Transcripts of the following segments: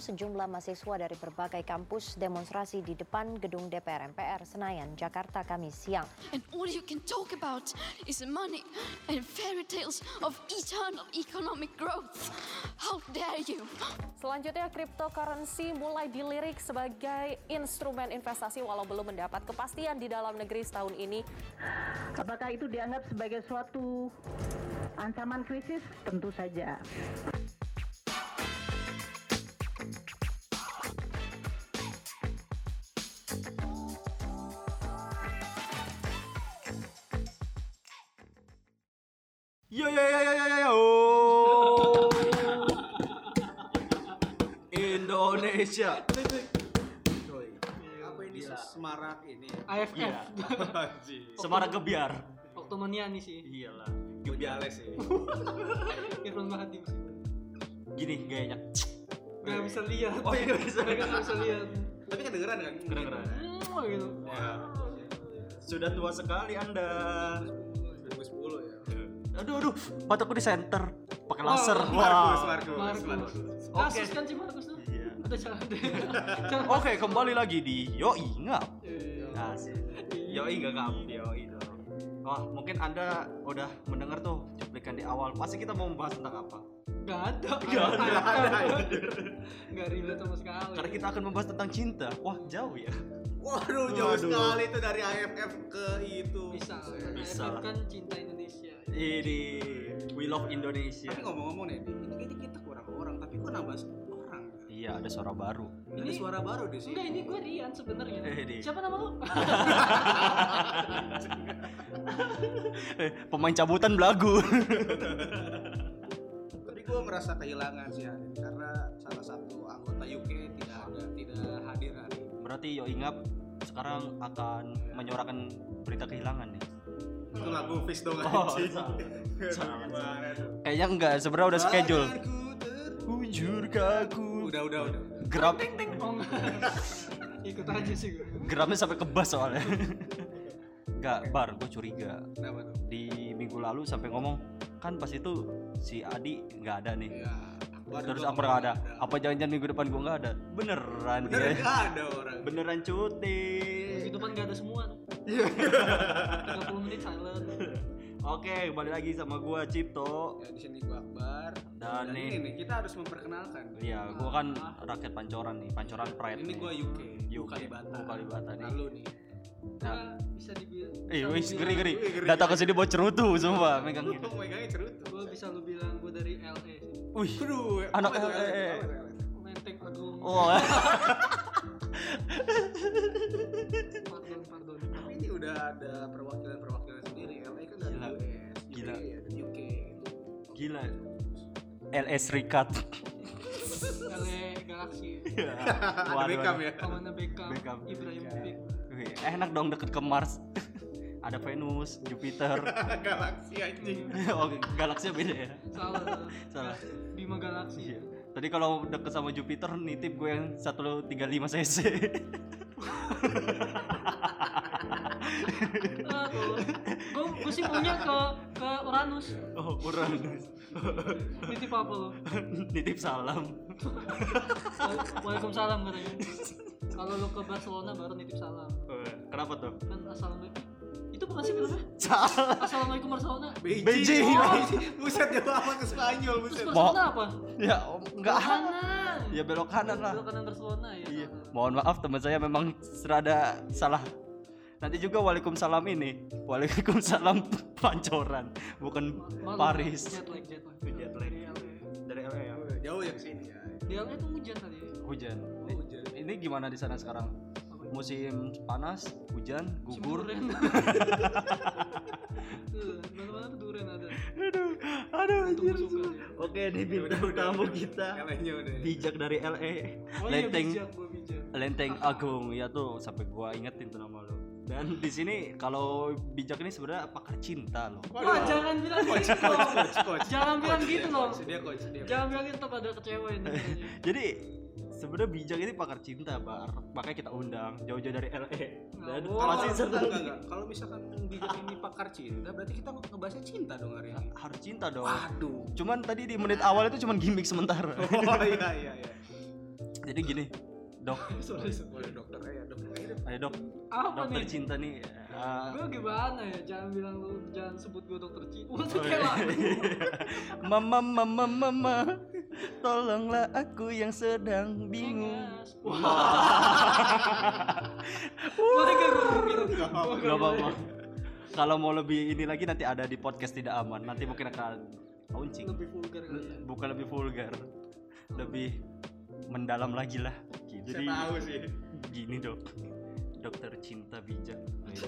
sejumlah mahasiswa dari berbagai kampus demonstrasi di depan gedung DPR MPR Senayan, Jakarta, Kamis siang. And all you can talk about is money and fairy tales of eternal economic growth. How dare you? Selanjutnya, cryptocurrency mulai dilirik sebagai instrumen investasi walau belum mendapat kepastian di dalam negeri setahun ini. Apakah itu dianggap sebagai suatu ancaman krisis? Tentu saja. Yo. Indonesia. Apa ini semarak ini? AFF. Iya. Semarak gebiar. Oktomania nih sih. Iyalah. Gebiar sih. Irfan Mahadim sih. Gini gayanya. Gak bisa lihat. Oh iya bisa. Mereka gak bisa lihat. Tapi kedengeran kan? Kedengeran. Gitu. Ya. Sudah tua sekali Anda. 2010 ya. Aduh, mataku di center pakai laser. Markus. Kasus kan si Markus tuh. Iya. Atau jangan deh. Oke, kembali lagi di Yoi Ngap. Asik. Yoi nggak ngap, Yoi dong. Wah, mungkin Anda udah mendengar tuh cuplikan di awal. Pasti kita mau membahas tentang apa? Gak ada. Gak relate sama sekali. Karena kita akan membahas tentang cinta. Wah, jauh ya. Waduh, jauh sekali itu dari AFF ke itu. Bisa. Bisa. AFF kan cinta Indonesia. Ini We Love Indonesia. Tapi ngomong-ngomong nih, ini kayaknya kita kurang orang, tapi kok nambah orang? Iya, ada suara baru. Ada suara baru di sini. Enggak, ini gue Rian sebenarnya. Di. Siapa nama lu? Pemain cabutan belagu. Tapi gue merasa kehilangan sih hari ini karena salah satu anggota UK tidak hadir hari ini. Berarti Yoi Ngap sekarang akan menyuarakan berita kehilangan nih. Itu lagu Fish dong Oh, anjing. salah. Gimana tuh? Kayaknya enggak, sebenarnya udah schedule. Badanku Bujur kaku. Udah. Geram. Oh enggak. Ikut aja sih gue. Geramnya sampai kebas soalnya. Enggak, Bar, gue curiga. Kenapa tuh? Di minggu lalu sampai ngomong, kan pas itu si Adi nggak ada nih. Ya, Terus aku nggak ada. Apa jangan-jangan minggu depan gue nggak ada? Beneran Bener dia. nggak ada orang. Beneran cuti. Minggu depan gak ada semua tuh. 30 menit silent. Oke, kembali lagi sama gue Cipto. Ya di sini gua Akbar. Dan ini nih kita harus memperkenalkan. Iya, gue kan rakyat Pancoran nih, Pancoran Pride. Ini nih. gua UK. UK, Kalibata. Kalibata nih. Lalu nih. Nah, Bisa dibilang. wis ngeri. Datang ke sini bawa cerutu sumpah megangnya. Gua megangnya cerutu. Gue bisa lu bilang gue dari LA sih. Wih, Aduh, anak apa itu, LA. apa itu? Menteng Agung. oh. Pardon. Tapi ini udah ada perwakilan sendiri. LA kan dari Gila. US, Gila. ya, dari UK gitu. Gila. LS Rikat. LA Galaxy. Ada Beckham ya. Kamana Beckham. Ibrahim Iya. Big. Wih, enak dong deket ke Mars. Ada Venus, Jupiter. Galaksi anjing. Oh, galaksinya beda ya. Salah. Bima Galaxy. Iya. Tadi kalau deket sama Jupiter nitip gue yang 135 cc. Gue sih punya ke Uranus. Oh, Uranus. Nitip apa lo? Nitip salam. Waalaikumsalam katanya. Kalau lo ke Barcelona baru nitip salam. Kenapa tuh? Kan assalamualaikum. Itu bukan sih filmnya? Salah. Assalamualaikum Barcelona. Beijing. Buset jauh amat ke Spanyol, Terus buset. Barcelona apa? Ya, enggak. Belok kanan. Ya belok kanan lah. Belok kanan Barcelona ya. Iya. salah. Mohon maaf teman saya memang serada salah. Nanti juga Waalaikumsalam ini. Waalaikumsalam Pancoran, bukan Malu, Paris. Jet lag. Jet lag. Dari LA. Dari LA ya. Jauh ya kesini ya. Di LA tuh hujan tadi. Hujan. Oh, hujan. Ini gimana di sana sekarang? Musim panas, hujan, gugur. Duren. Tuh, mana-mana tuh duren ada. Aduh, Untung gua suka dia. Oke, ini bintang tamu kita. LA-nya udah. Bijak dari LA. Oh iya, Lenteng gua bijak. Lenteng Agung ya tuh sampai gua ingetin tuh nama lo. Dan di sini kalau bijak ini sebenarnya pakar cinta loh. Wah, jangan bilang gitu dong. Jangan bilang gitu dong. Dia coach. Jangan bilang gitu pada kecewa ini. Jadi sebenarnya bijak ini pakar cinta, Bar. Makanya kita undang jauh-jauh dari LA. Dan Oh, pasti seru. Enggak. Kalau misalkan bijak ini pakar cinta, berarti kita ngebahasnya cinta dong hari ini. Harus cinta dong. Waduh. Cuman tadi di menit awal itu cuman gimmick sementara. Oh iya. Jadi gini, dok. Boleh dokter ya, dokter aja. Ayo dok. Apa Dokter nih? cinta nih. Gue gimana ya? Jangan sebut gue dokter cinta. Maksudnya kayak lagu. Mama, tolonglah aku yang sedang bingung. Boleh gak gue ngomong gitu? Gak apa-apa. Kalau mau lebih ini lagi nanti ada di podcast tidak aman. Nanti mungkin akan launching. Lebih vulgar kali ya. Bukan lebih vulgar, lebih mendalam lagi lah. Jadi Saya tahu sih. gini dok, dokter cinta bijak.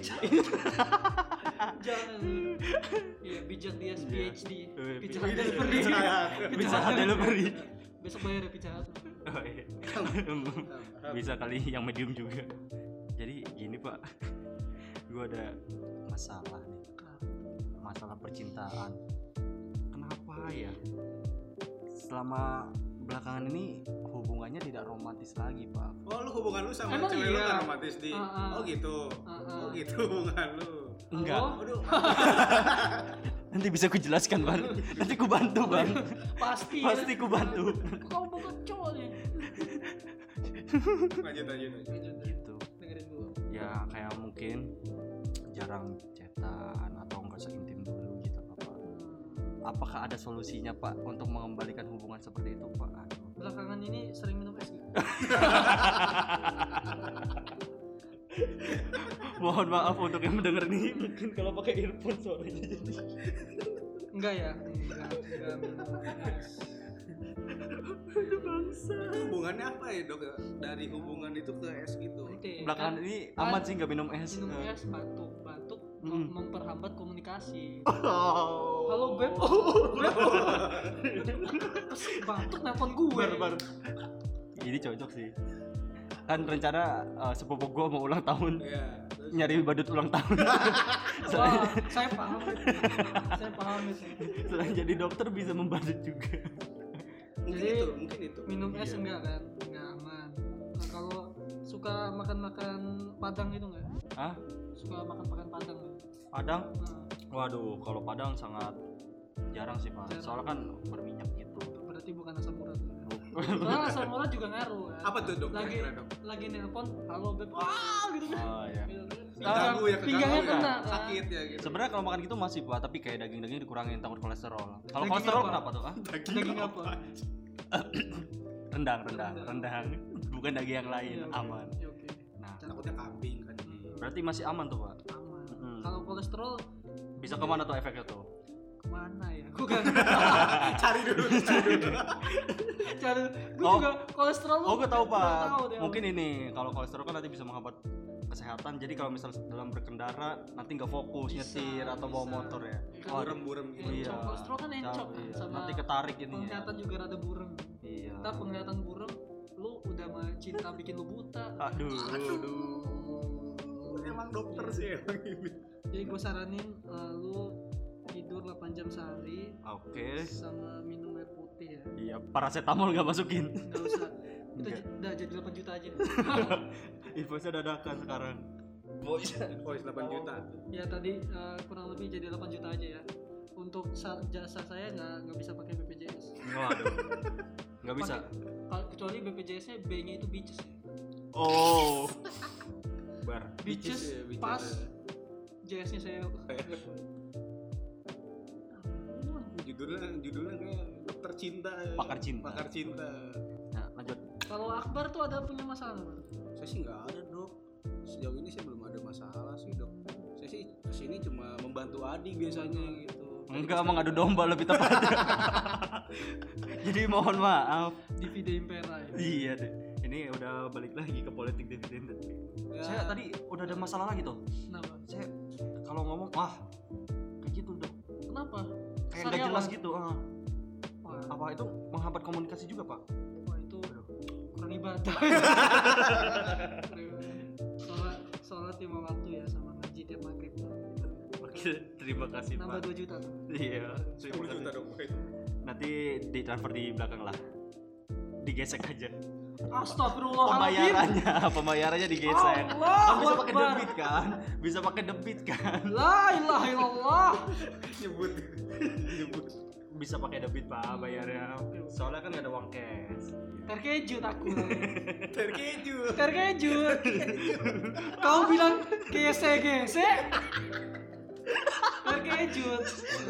Jangan. Iya, bijak dia PhD. Pizza Hut Iya. delivery. Bisa delivery. Besok bayar ya Pizza Hut. Oh, iya. Bisa kali yang medium juga. Jadi gini pak, gue ada masalah nih, masalah percintaan. Kenapa ya? Selama belakangan ini hubungannya tidak romantis lagi pak. Oh, lu hubungan lu sama Emang cewek lu iya? kan romantis di. Oh gitu. Oh gitu hubungan lu. Enggak. Aduh. Nanti bisa ku jelaskan bang. Nanti ku bantu bang. Pasti. Pasti ku bantu. Kamu bukan cowok nih. Lanjut. Gitu. Dengerin dulu. Ya kayak mungkin jarang chatan atau enggak seintim dulu gitu pak. Apakah ada solusinya pak untuk mengembalikan hubungan seperti itu pak? Aduh. Belakangan ini sering minum es gitu. Mohon maaf untuk yang mendengar ini, mungkin kalau pakai earphone suaranya jadi. Enggak ya? Enggak minum es. Itu hubungannya apa ya dok? Dari hubungan itu ke es gitu. Oke. Belakangan kan ini aman sih nggak minum es. minum es batuk memperhambat komunikasi. Oh. Halo beb. Beb. Batuk nelfon gue. Bar. Ini cocok sih. Kan rencana sepupu gue mau ulang tahun, Iya. nyari badut ulang tahun. Wah, saya paham. Saya paham itu. Selain jadi dokter bisa membadut juga. Jadi, Mungkin itu. Minum es Iya. enggak kan? Enggak aman. Nah, kalau suka makan-makan Padang itu enggak? Hah? Suka makan Padang enggak? Padang? Nah, Waduh, kalau Padang sangat jarang sih pak. Jarang. Soalnya kan berminyak gitu. berarti bukan asam urat. Soalnya asam urat juga ngaruh kan. Apa tuh dok? Lagi Kira-kira, dok? lagi nelpon, halo beb. Wah, gitu kan. Oh iya. Keganggu ya, Pinggangnya keganggu kena. ya. Sakit ya gitu. Sebenarnya kalau makan gitu masih pak, tapi kayak daging-daging dikurangin takut kolesterol. Kalau Daging kolesterol apa? kenapa tuh? Ah? Daging apa? Rendang. Bukan daging yang lain, Iya, oke. aman. Iya, oke. Nah, Takutnya kambing kan. berarti masih aman tuh pak. Aman. Hmm. Kalau kolesterol Bisa kemana tuh efeknya tuh? kemana ya? Gue gak Cari dulu. cari. Gue Oh. juga kolesterol. Oh, gue tahu nggak pak. tahu deh. Mungkin ini kalau kolesterol kan nanti bisa menghambat kesehatan. Jadi kalau misal dalam berkendara nanti nggak fokus Bisa, nyetir atau bawa bisa. motor ya. Kalau Burem-burem gitu. Iya. encok, kolesterol kan encok kan, Iya. sama Nanti ketarik ini ya. penglihatan juga rada burem. Iya. Ntar penglihatan burem, lu udah mah cinta bikin lu buta. Aduh. Emang dokter sih emang ini. Jadi gue saranin lu tidur 8 jam sehari Oke. sama minum air putih ya. Iya, paracetamol nggak masukin. Nggak usah. Itu Nggak. udah jadi 8 juta aja. Infonya dadakan sekarang. Voice 8 juta. Ya tadi kurang lebih jadi 8 juta aja ya. Untuk jasa saya nggak bisa pakai BPJS. Waduh. Nggak bisa. Kecuali BPJS-nya B-nya itu bitches ya. Oh. Bar. Bitches ya, bitches pas ya. JS-nya saya. Judulnya kayak dokter cinta. Pakar cinta. Pakar cinta. Nah, lanjut. Kalau Akbar tuh ada punya masalah nggak? Saya sih nggak ada dok. Sejauh ini saya belum ada masalah sih dok. Saya sih kesini cuma membantu Adi biasanya gitu. Enggak, mengadu domba lebih tepat. Jadi mohon maaf. Divide Impera ya. Iya deh. Ini udah balik lagi ke politik dividen. Ya. Saya tadi udah ada masalah lagi tuh. Kenapa? Saya kalau ngomong wah kayak gitu dong. Kenapa? Kayak nggak jelas gitu. Wah, Apa itu menghambat komunikasi juga pak? wah itu kurang ibadah. Sholat 5 waktu ya sama ngaji tiap maghrib. Oke, terima kasih Nambah pak. 2 juta tuh. Iya. 10 juta dok. Nanti ditransfer di belakang lah. Digesek aja. Astagfirullahaladzim. Pembayarannya digesek. Allah Kan bisa pakai Akbar. debit kan? Bisa pakai debit kan? La ilaha illallah. Nyebut. bisa pakai debit Pak bayarnya. Soalnya kan nggak ada uang cash. Terkejut aku. Terkejut. Kau bilang gese. Terkejut.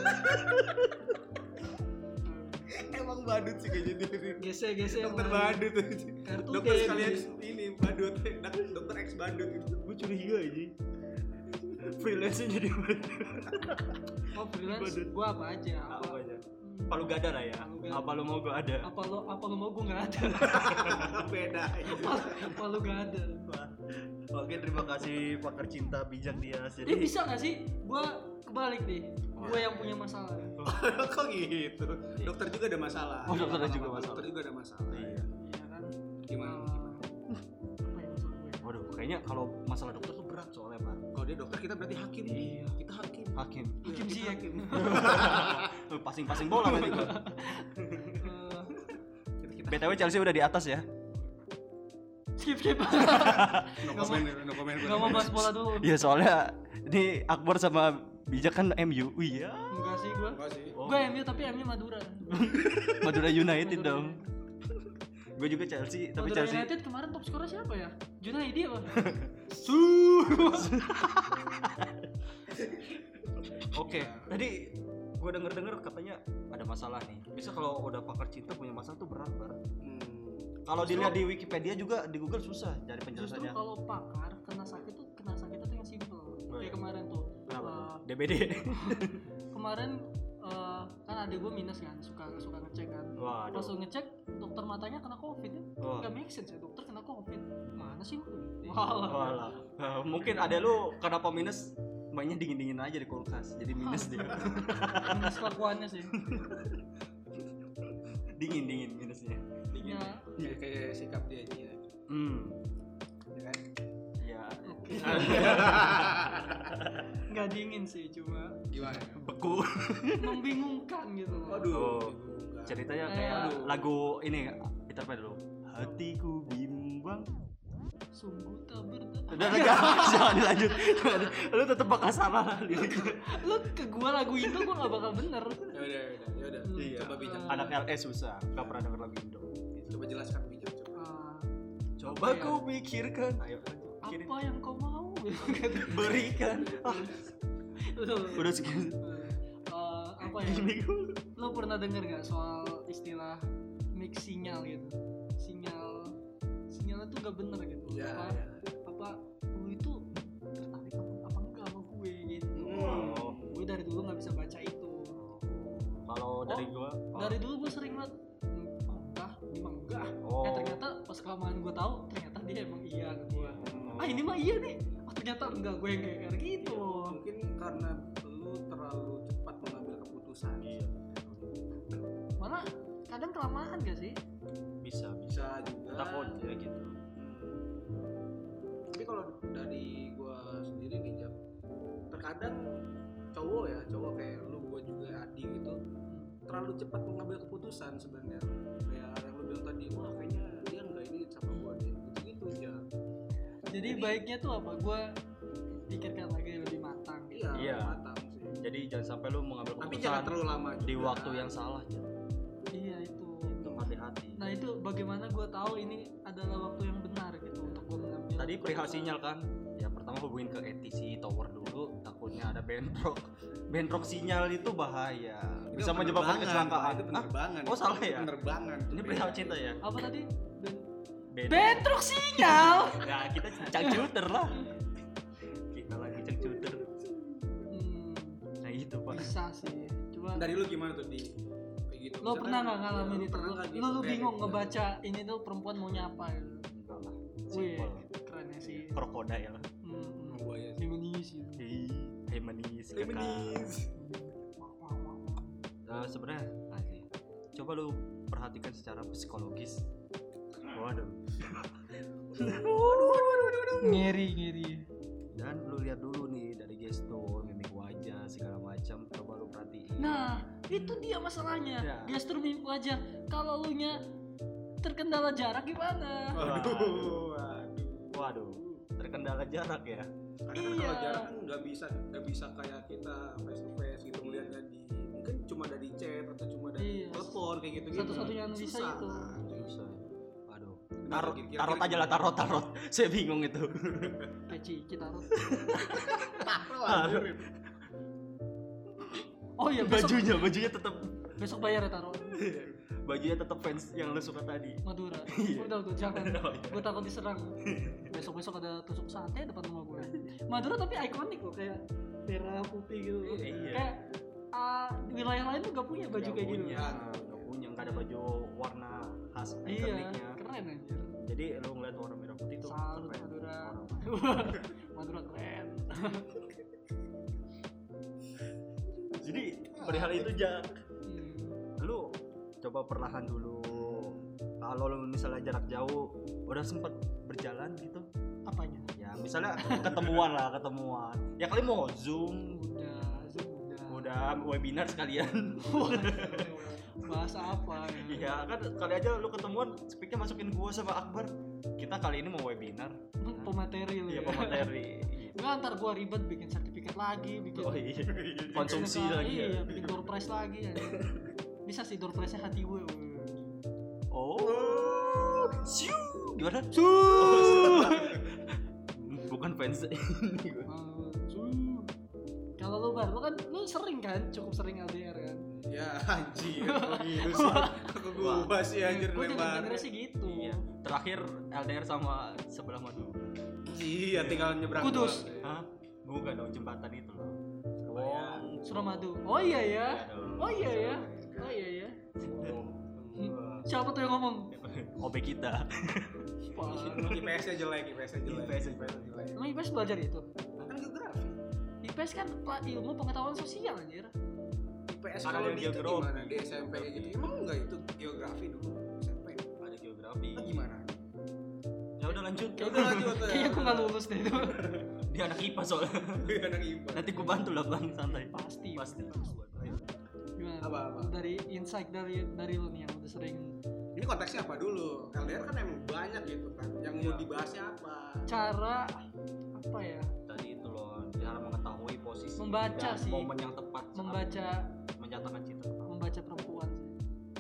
Emang badut sih kayaknya dia. Gese Dokter emang. badut. Kartu Dokter debit. sekalian ini badut. Dokter X badut gitu. Gue curiga aja. Freelance jadi badut. Oh freelance, gua apa aja? Apa aja? Apa lu gak ada lah ya? Apa lu gak ada? Apa lu mau gue ada? Apa lo mau gua nggak ada? Beda. Apa lu nggak ada? Oke, terima kasih pakar cinta bijak Dias. Jadi bisa nggak sih? Gua kebalik nih. Gua yang punya masalah. Kok gitu? Dokter juga ada masalah. Oh, dokter juga masalah. Dokter juga ada masalah. Iya. Iya kan? Gimana? Apa ya masalah gue? Waduh, kayaknya kalau masalah dokter tuh berat soalnya Pak. Kalau dia dokter kita berarti hakim. Iya. Kita hakim. Hakim. Hakim sih hakim. Pasing-pasing bola nanti gua. BTW Chelsea udah di atas ya. Skip. No comment. Gak mau bahas bola dulu. Iya soalnya ini Akbar sama Bijak kan MU. Iya. Enggak sih gua. Enggak sih. Oh. Gua MU tapi MU Madura. Madura United Madura dong. Gue juga Chelsea, tapi Madura Chelsea. United kemarin top skornya siapa ya? Junaidi apa? Oke, tadi gue denger katanya ada masalah nih. Bisa kalau udah pakar cinta punya masalah tuh berat banget. Kalau dilihat di Wikipedia juga di Google susah cari Justru penjelasannya. kalau pakar kena sakit tuh yang simple. Oh, iya. Kayak kemarin tuh. Kenapa? eh, DBD. Kemarin kan adik gue minus kan, suka ngecek kan. Waduh. Pas lu ngecek dokter matanya kena covid ya. Wah. Gak make sense ya, dokter kena covid. Mana sih? Walah. Mungkin ada lu kenapa minus? Mainnya dingin-dingin aja di kulkas, jadi minus dia. Minus kelakuannya sih. dingin minusnya. Ya, Kayak sikap dia aja. Ya kan? Ya. nggak dingin sih, cuma Gimana? Beku. membingungkan gitu loh. Waduh. Oh. Ceritanya kayak Aduh. lagu ini, kita apa dulu? Hatiku bimbang. Sungguh tak berdaya. Udah jangan dilanjut. Lu tetep bakal salah liriknya. Lu ke gua lagu itu gua nggak bakal bener. Ya udah. Iya. Coba bijak. Anak LS susah, gak pernah denger lagu Indo. Coba jelaskan bijak coba. Coba Apa ya? kau pikirkan. Ayo pikirin. Apa yang kau mau? Berikan. Udah segitu. Apa ya? Lo pernah denger gak soal istilah mix sinyal gitu? Sinyalnya tuh gak bener gitu. Ya. Apa lu itu tertarik apa enggak sama gue gitu. Oh. Gue dari dulu gak bisa baca itu. Kalau dari gua, Dari dulu gue sering banget enggak, ini mah enggak. Oh. Ternyata pas kelamaan gue tahu ternyata dia emang iya ke gue. Ini mah iya nih. Ternyata enggak, gue yang kayak gitu. Mungkin karena lu terlalu cepat mengambil keputusan. Iya. Malah kadang kelamaan gak sih? Bisa. Bisa juga. Takut ya gitu. Tapi kalau dari gua sendiri nih Jam, terkadang cowok kayak lu, gua juga Adi gitu, terlalu cepat mengambil keputusan sebenarnya. Kayak yang lu bilang tadi, wah kayaknya dia nggak ini sama gua deh, gitu aja. Jadi baiknya tuh apa? Gue pikirkan lagi lebih matang. Iya. Iya. Matang sih. Jadi jangan sampai lu mengambil Tapi keputusan jangan terlalu lama juga. di waktu yang salah. Iya itu. Itu hati-hati. Nah itu bagaimana gue tahu ini adalah waktu yang benar gitu untuk gue mengambil. Tadi perihal sinyal kan. Ya pertama hubungin ke ETC tower dulu, takutnya ada bentrok sinyal itu bahaya. Itu Bisa menyebabkan penerbangan, kecelakaan. Itu penerbangan. Oh salah ya? Penerbangan. Ini perihal cinta ya? Apa tadi? Beda. Bentrok sinyal. Nah kita cangcuter lah. Kita lagi cangcuter. Nah itu pak. Bisa sih. Coba. Dari lu gimana tuh di kayak gitu? Lo Misalkan, pernah nggak ngalamin lu itu? pernah nggak gitu? Lo Kayak bingung gitu. ngebaca ini tuh perempuan maunya apa gitu. Enggak lah. Wih, Simpel. kerennya sih. Krokodil. Oh, iya. Ini manis gitu. Hei manis. Hey, kakak. manis. Sebenarnya sih. Coba lu perhatikan secara psikologis. Waduh. Ngeri. Dan lu lihat dulu nih dari gestur, mimik wajah segala macam. Coba lu perhatiin. Nah, itu dia masalahnya. Ya. Gestur mimik wajah. Kalau lu nya terkendala jarak gimana? Waduh. Terkendala jarak ya. Karena Iya. kalau jarak kan nggak bisa kayak kita face to face gitu melihatnya di mungkin cuma dari chat atau cuma dari Iya. telepon kayak gitu. Satu-satunya yang bisa Susah. itu. Susah. Aduh. Kira-kira Tarot aja lah, tarot. Saya bingung itu. Kayak Ciki taruh. Taruh. Oh iya, besok Bajunya tetap bayar ya taruh. bajunya tetap fans yang lu suka tadi. Madura. Iya. Udah jangan. Oh, iya. Gue takut diserang. Besok ada tusuk sate depan rumah gue. Madura tapi ikonik loh, kayak merah putih gitu. Iya. Kayak wilayah lain tuh gak punya baju kayak gitu. Nggak punya, nggak ada baju warna khas Iya, ikoniknya. keren anjir. Jadi lu ngeliat warna merah putih tuh Salut keren. Madura. Madura keren. Jadi perihal itu Jak, Hmm. lu coba perlahan dulu. Kalau lu misalnya jarak jauh udah sempet berjalan gitu, Apanya? ya misalnya ketemuan. Ya kali mau Zoom, Zoom udah webinar sekalian. Bahasa apa ya? Iya kan, kali aja lu ketemuan speaknya masukin gua sama Akbar. Kita kali ini mau webinar. Pemateri lu Iya, ya. pemateri. Nggak, ntar gua ribet bikin sertifikat lagi, bikin Oh iya. Konsumsi lagi ya. Iya, bikin door prize lage ya. Bisa sih door prize-nya hati gue. Oh. Siu. Gimana? Bukan fans ini gua. Kalau lu Bar, lu sering kan, cukup sering LDR kan. Ya anjir, kok gitu sih. Aku gua sih anjir Gue lebar. denger sih gitu. Iya. Terakhir LDR sama sebelah madu. Iya, tinggal nyebrang. Kudus. doang. Hah? Bukan dong, jembatan itu loh. Lumayan. Suramadu. Oh iya ya. dong. Oh iya ya. Oh iya ya. Siapa tuh yang ngomong? OB kita. IPS-nya jelek. Emang IPS belajar itu? Kan geografi. IPS kan ilmu pengetahuan sosial anjir. IPS Karena kalau ada di itu geografi. gimana? Di SMP kayak gitu. Emang enggak itu geografi dulu SMP. Ada geografi. Nah, gimana? Ya udah lanjut. Ya udah lanjut. Kayaknya gue gak lulus deh itu. Dia anak IPA soalnya. Anak IPA. Nanti gua bantu lah Bang, santai. Pasti. Ayo. Gimana? Apa? Dari insight dari lu nih yang udah sering. Ini konteksnya apa dulu? LDR kan emang banyak gitu kan. Yang mau Iya. dibahasnya apa? Cara apa ya? Tadi itu loh, cara mengetahui posisi Membaca dan sih. momen yang tepat saat Membaca menyatakan cinta. membaca perempuan sih.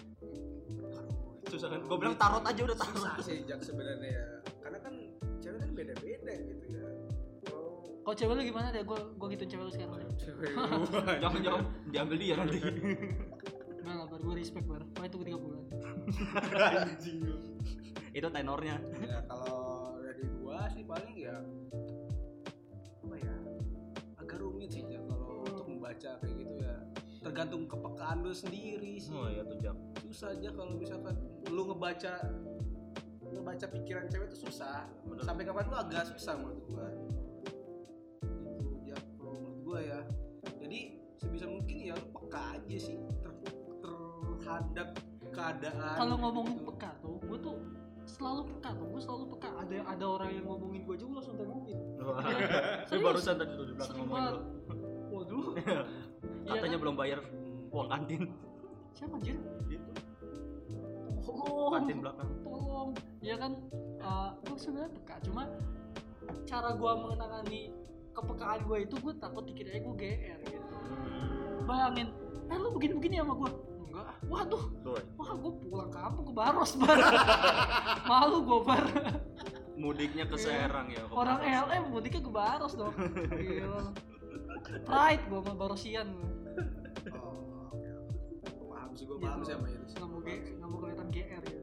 Susah kan? Gua bilang tarot aja udah tarot. Susah sih Jak sebenarnya ya. Karena kan cewek kan beda-beda gitu ya. Kalau Kalau cewek lu gimana deh? Gua gituin cewek lu sekarang deh. cewek gua Jangan diambil dia nanti. Enggak lah, Bar. Gua respect, Bar. Pokoknya tunggu 3 bulan. anjing. Itu tenornya. Ya kalau dari gua sih paling ya apa ya? Agak rumit sih ya kalau untuk membaca kayak gitu ya. Tergantung kepekaan lu sendiri sih. Oh iya tuh Jak. Susah aja kalau misalkan lu ngebaca pikiran cewek itu susah. Bener. Sampai kapan lu agak susah menurut gua. Itu ya kalau menurut gua ya. Jadi sebisa mungkin ya lu peka aja sih terhadap keadaan. Kalau ngomongin gitu. peka tuh, gue tuh selalu peka. Ada orang yang ngomongin gue aja gue langsung tengokin. Wah. Itu Serius? barusan tadi tuh di belakang Sering ngomongin banget. lo. Waduh. Iya Katanya kan? belum bayar uang kantin. Siapa anjir? Gitu. Tolong. Kantin belakang. Tolong. Ya kan, gue sebenarnya peka. Cuma cara gue mengenangani kepekaan gue itu, gue takut dikiranya gue GR gitu. Bayangin, lu begini-begini sama gue? Enggak. Waduh. Tuh. Wah, gue pulang kampung ke Baros, Bar. Malu gue, Bar. Mudiknya ke Serang ya. ke Orang Baros. LM mudiknya ke Baros dong. Gila. Pride gue sama Barosian. Oh, oke. Paham sih, gua paham sih sama itu. Nggak mau kelihatan GR ya.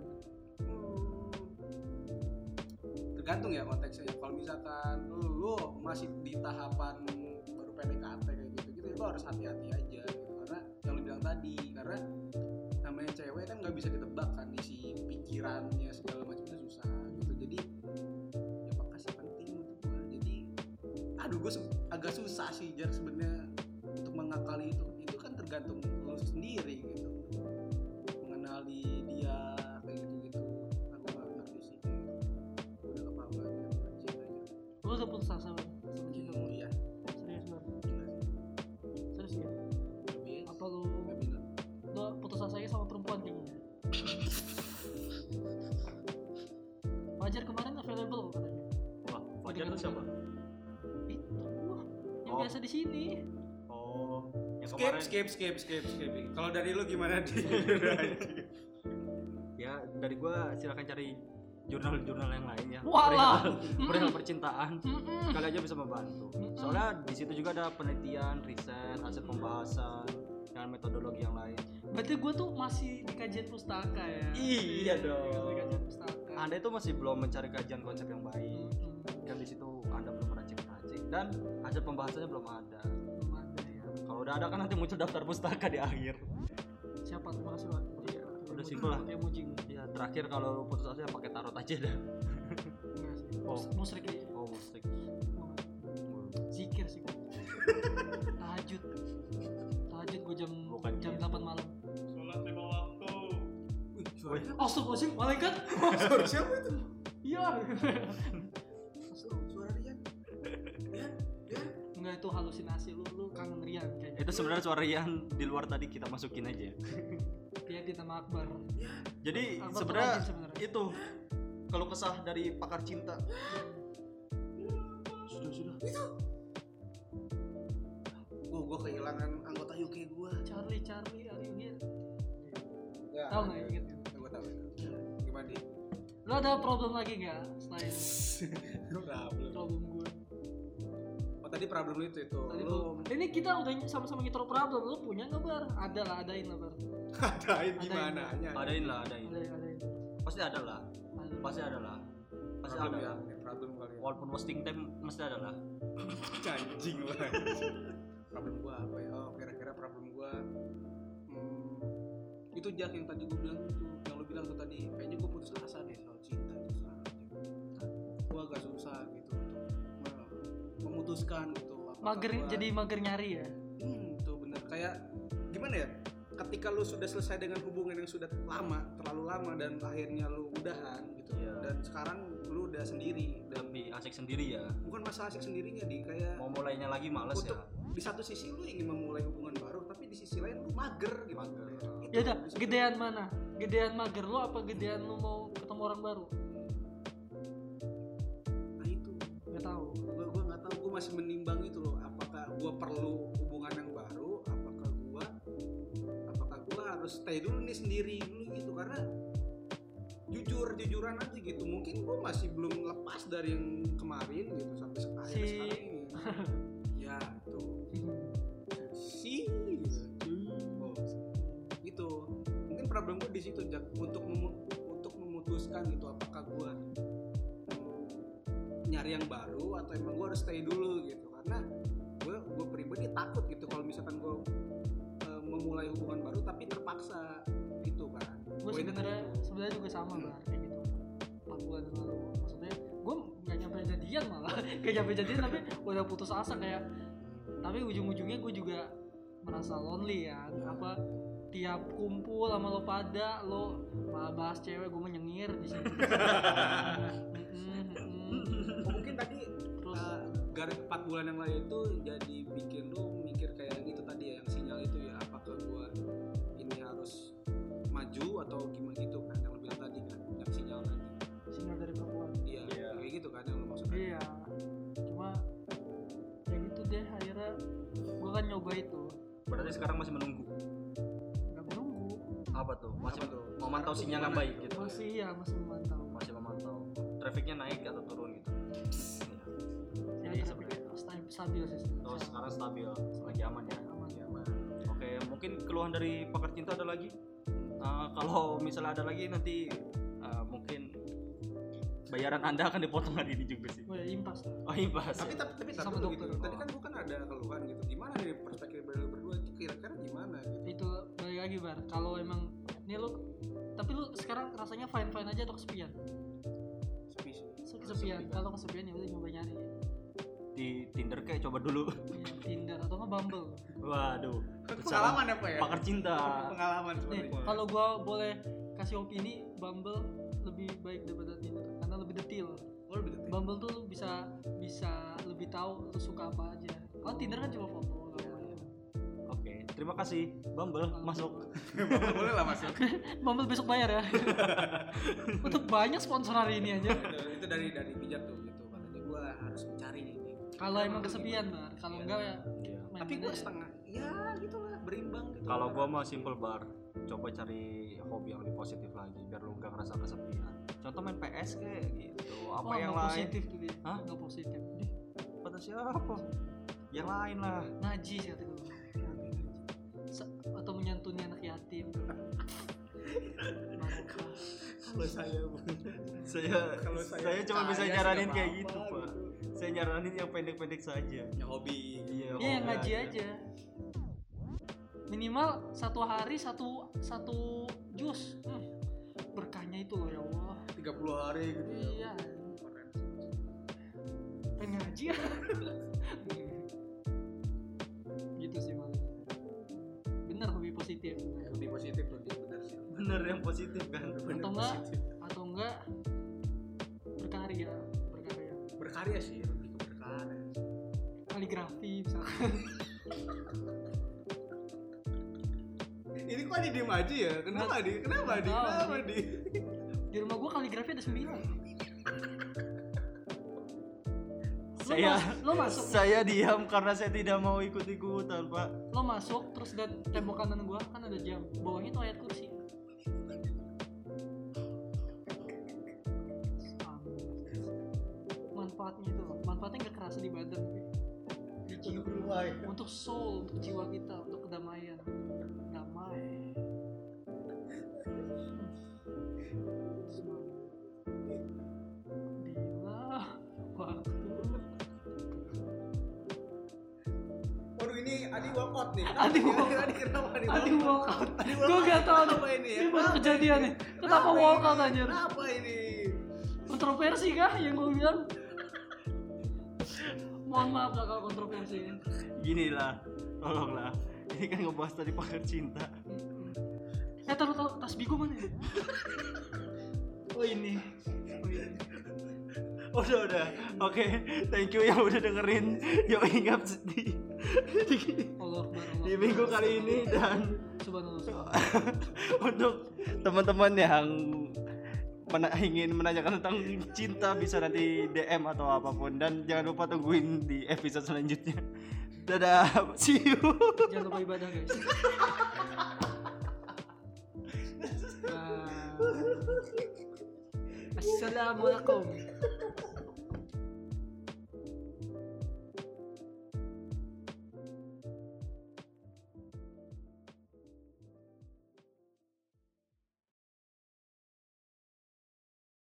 Tergantung ya konteksnya. Kalau misalkan lu masih di tahapan baru PDKT kayak gitu, lu harus hati-hati aja gitu. Karena yang lu bilang tadi, karena namanya cewek kan nggak bisa ditebak kan isi pikirannya segala macam itu susah gitu. Jadi ya peka sih penting untuk gua. Jadi gue agak susah sih Jar sebenarnya untuk mengakali itu. Itu kan tergantung lu sendiri gitu. Mengenali dia kayak gitu-gitu. Aku nggak ngerti sih. Udah kepahaman ya, cinta aja. Lu udah putus asa sama cinta lu? Iya. Serius banget? Gila sih. Serius ya? Lebih Apa lu nggak bilang. putus asanya sama perempuan kayaknya? Fajar kemarin available katanya. Wah, Fajar tuh siapa? Itu yang Oh. biasa di sini. Oh, yang Skip. Kalau dari lu gimana di? Ya dari gua silakan cari jurnal-jurnal yang lain ya. Walah. Perihal percintaan. Kali aja bisa membantu. Soalnya di situ juga ada penelitian, riset, hasil pembahasan dengan metodologi yang lain. Berarti gue tuh masih di kajian pustaka ya. Iya dong. Di kajian pustaka. Anda itu masih belum mencari kajian konsep yang baik. Kan di situ Anda belum meracik-racik dan hasil pembahasannya belum ada. Belum ada ya. Kalau udah ada kan nanti muncul daftar pustaka di akhir. Siapa? Terima kasih Pak. Iya, udah simpel lah. Pakai emoji. Ya terakhir kalau lu putus asa pakai tarot aja dah. Enggak sih. Oh. Musrik aja. Oh, musik. Zikir sih. Tahajud gue jam Bukan 8 malam. Sholat 5 waktu. Wih, suaranya Astagfirullahaladzim, malaikat. suara siapa itu? Iya. Suara Rian. Rian. Enggak, itu halusinasi lu kangen Rian kayaknya. Itu sebenarnya suara Rian di luar tadi kita masukin aja. Dia di nama Akbar. Jadi Akbar sebenarnya Rajin sebenarnya. itu kalau kesah dari pakar cinta. Sudah. Itu. Gue kehilangan anggota UK gue. Charlie, are you here? Ya, Tahu nggak inget? Gue tahu. Gimana di? Lu ada problem lagi gak selain problem gue? Oh tadi problem lu itu. Tadi Lu ini kita udah sama-sama ngitro problem. Lu punya nggak Bar? Ada lah, adain lah Bar. adain gimana? Adain lah. Adain. Pasti ada lah. Pasti ada lah. Problem kali ya. Walaupun wasting time mesti ada lah. Anjing lah. Problem gua apa ya? Oh kira-kira problem gua itu Jak yang tadi gua bilang itu, yang lu bilang tuh tadi kayaknya gua putus asa deh soal cinta itu sekarang. Gua agak susah gitu untuk memutuskan gitu. Jadi mager nyari ya. Tuh bener kayak gimana ya? Ketika lu sudah selesai dengan hubungan yang sudah terlalu lama dan akhirnya lu udahan gitu. Iya. Dan sekarang lu udah sendiri dan Lebih asik sendiri ya. bukan masalah asik sendirinya di kayak Mau mulainya lagi males untuk ya. di satu sisi lu ingin memulai hubungan baru tapi di sisi lain lu mager gitu. Mager. Ya udah, gedean mana? Gedean mager lu apa gedean lu mau ketemu orang baru? Nah itu Gak tahu. gua nggak tahu, gua masih menimbang itu loh, apakah gua perlu hubungan yang baru, apakah gua harus stay dulu nih sendiri dulu gitu, karena jujuran aja gitu mungkin gua masih belum lepas dari yang kemarin gitu sampai sekarang ini. Ya tuh gitu mungkin problem gue di situ Jak, untuk memutuskan gitu apakah gue nyari yang baru atau emang gue harus stay dulu gitu, karena gue pribadi takut gitu kalau misalkan gue memulai hubungan baru tapi terpaksa gitu kan. Gue sebenarnya juga sama Bar kayak gitu. 4 bulan yang lalu maksudnya gue nggak nyampe jadian malah gak nyampe jadian tapi udah putus asa kayak, tapi ujung-ujungnya gue juga merasa lonely ya. Apa tiap kumpul sama lo pada lo malah bahas cewek, gue menyengir di sini. Mungkin tadi Terus 4 bulan yang lalu itu jadi bikin lu mikir kayak itu tadi ya, yang sinyal itu ya, apakah gue ini harus maju atau gimana gitu kan, yang lu bilang tadi kan, yang sinyal tadi. sinyal dari perempuan. Iya, kayak gitu kan yang lu maksudkan. Iya, cuma ya gitu deh, akhirnya gue kan nyoba itu. Berarti sekarang masih menunggu. Gak menunggu, Apa tuh? Masih Apa tuh? memantau Sekarang sinyal tuh yang gimana? baik gitu. masih memantau. Masih memantau. Trafiknya naik atau turun gitu. Jadi stabil sih. Terus sekarang stabil, lagi aman ya. Aman. Oke, mungkin keluhan dari pakar cinta ada lagi? Kalau misalnya ada lagi nanti mungkin bayaran Anda akan dipotong hari ini juga sih. Oh ya, impas. Oh impas. Tapi Sama dulu gitu. dokter. Tadi kan bukan ada keluhan gitu. Gimana dari perspektif dari lu berdua itu kira-kira gimana gitu? Itu balik lagi Bar, kalau emang ini lu, tapi lu sekarang rasanya fine aja atau kesepian? Sepi sih. Kesepian. Kalau kesepian ya udah nyoba nyari. Di Tinder kayak coba dulu. Ya, Tinder atau nggak Bumble. Waduh. Pengalaman apa ya? Pakar cinta. Pengalaman Nih, seperti itu. kalau gua boleh kasih opini, Bumble lebih baik daripada Tinder karena lebih detail. Oh, lebih detik. Bumble tuh lu bisa lebih tahu lu suka apa aja. Kalau Tinder kan cuma foto. Oke, terima kasih Bumble masuk. Boleh lah masuk. Bumble besok bayar ya. Untuk banyak sponsor hari ini aja. Itu dari bijak tuh gitu. Katanya gue harus mencari ini. Kalau emang kesepian Bar, kalau enggak ya Tapi gue setengah, ya gitulah, berimbang gitu. Kalau gua mah simple bar, coba cari hobi yang lebih positif lagi biar lu gak ngerasa kesepian. Contoh main PS kayak gitu. Apa yang nggak lain? positif tuh dia. Hah? Nggak positif. Kata siapa? Yang lain lah. Ngaji sih kata gue. Atau menyantuni anak yatim. Kalau saya Kalau saya cuma bisa kaya nyaranin sih kayak nggak gitu, apa-apa Pak. Saya nyaranin yang pendek-pendek saja. Ya hobi. Iya, Iya yang ngaji aja. Minimal satu hari satu jus. Berkahnya itu loh ya Allah. 30 hari gitu. Iya. Pengen ngaji ya. Gitu sih malah. Bener hobi positif. Hobi positif lebih benar sih. Bener yang positif kan. Atau enggak berkarya. Berkarya sih, lebih ke berkarya. Kaligrafi misalkan. Ini kok di diem aja ya? Kenapa di? Di rumah gua kaligrafi ada 9. Lo masuk. Saya diam karena saya tidak mau ikut-ikutan, Pak. Lo masuk terus dan tembok kanan gua kan ada jam. Bawahnya tuh ayat kursi. Manfaatnya nggak kerasa di badan, di jiwa, untuk soul, untuk jiwa kita, untuk kedamaian, damai. Bila waktu. Waduh, ini Adi walkout nih. Adi walkout. Adi kenapa nih? Adi walkout. Gue gak tau apa ini ya? Ini baru kejadian nih. Kenapa walkout anjir? Kenapa ini? Kontroversi kah yang gue bilang? Mohon maaf lah kalau kontroversi. Gini lah, tolonglah. Ini kan ngebahas tadi pakar cinta. Taruh tasbih gue mana ya? Oh ini. Udah. Oke, thank you yang udah dengerin Yo Ingat di minggu kali ini. Dan Subhanallah. untuk teman-teman yang ingin menanyakan tentang cinta bisa nanti DM atau apapun, dan jangan lupa tungguin di episode selanjutnya. Dadah, see you. Jangan lupa ibadah guys. Assalamualaikum.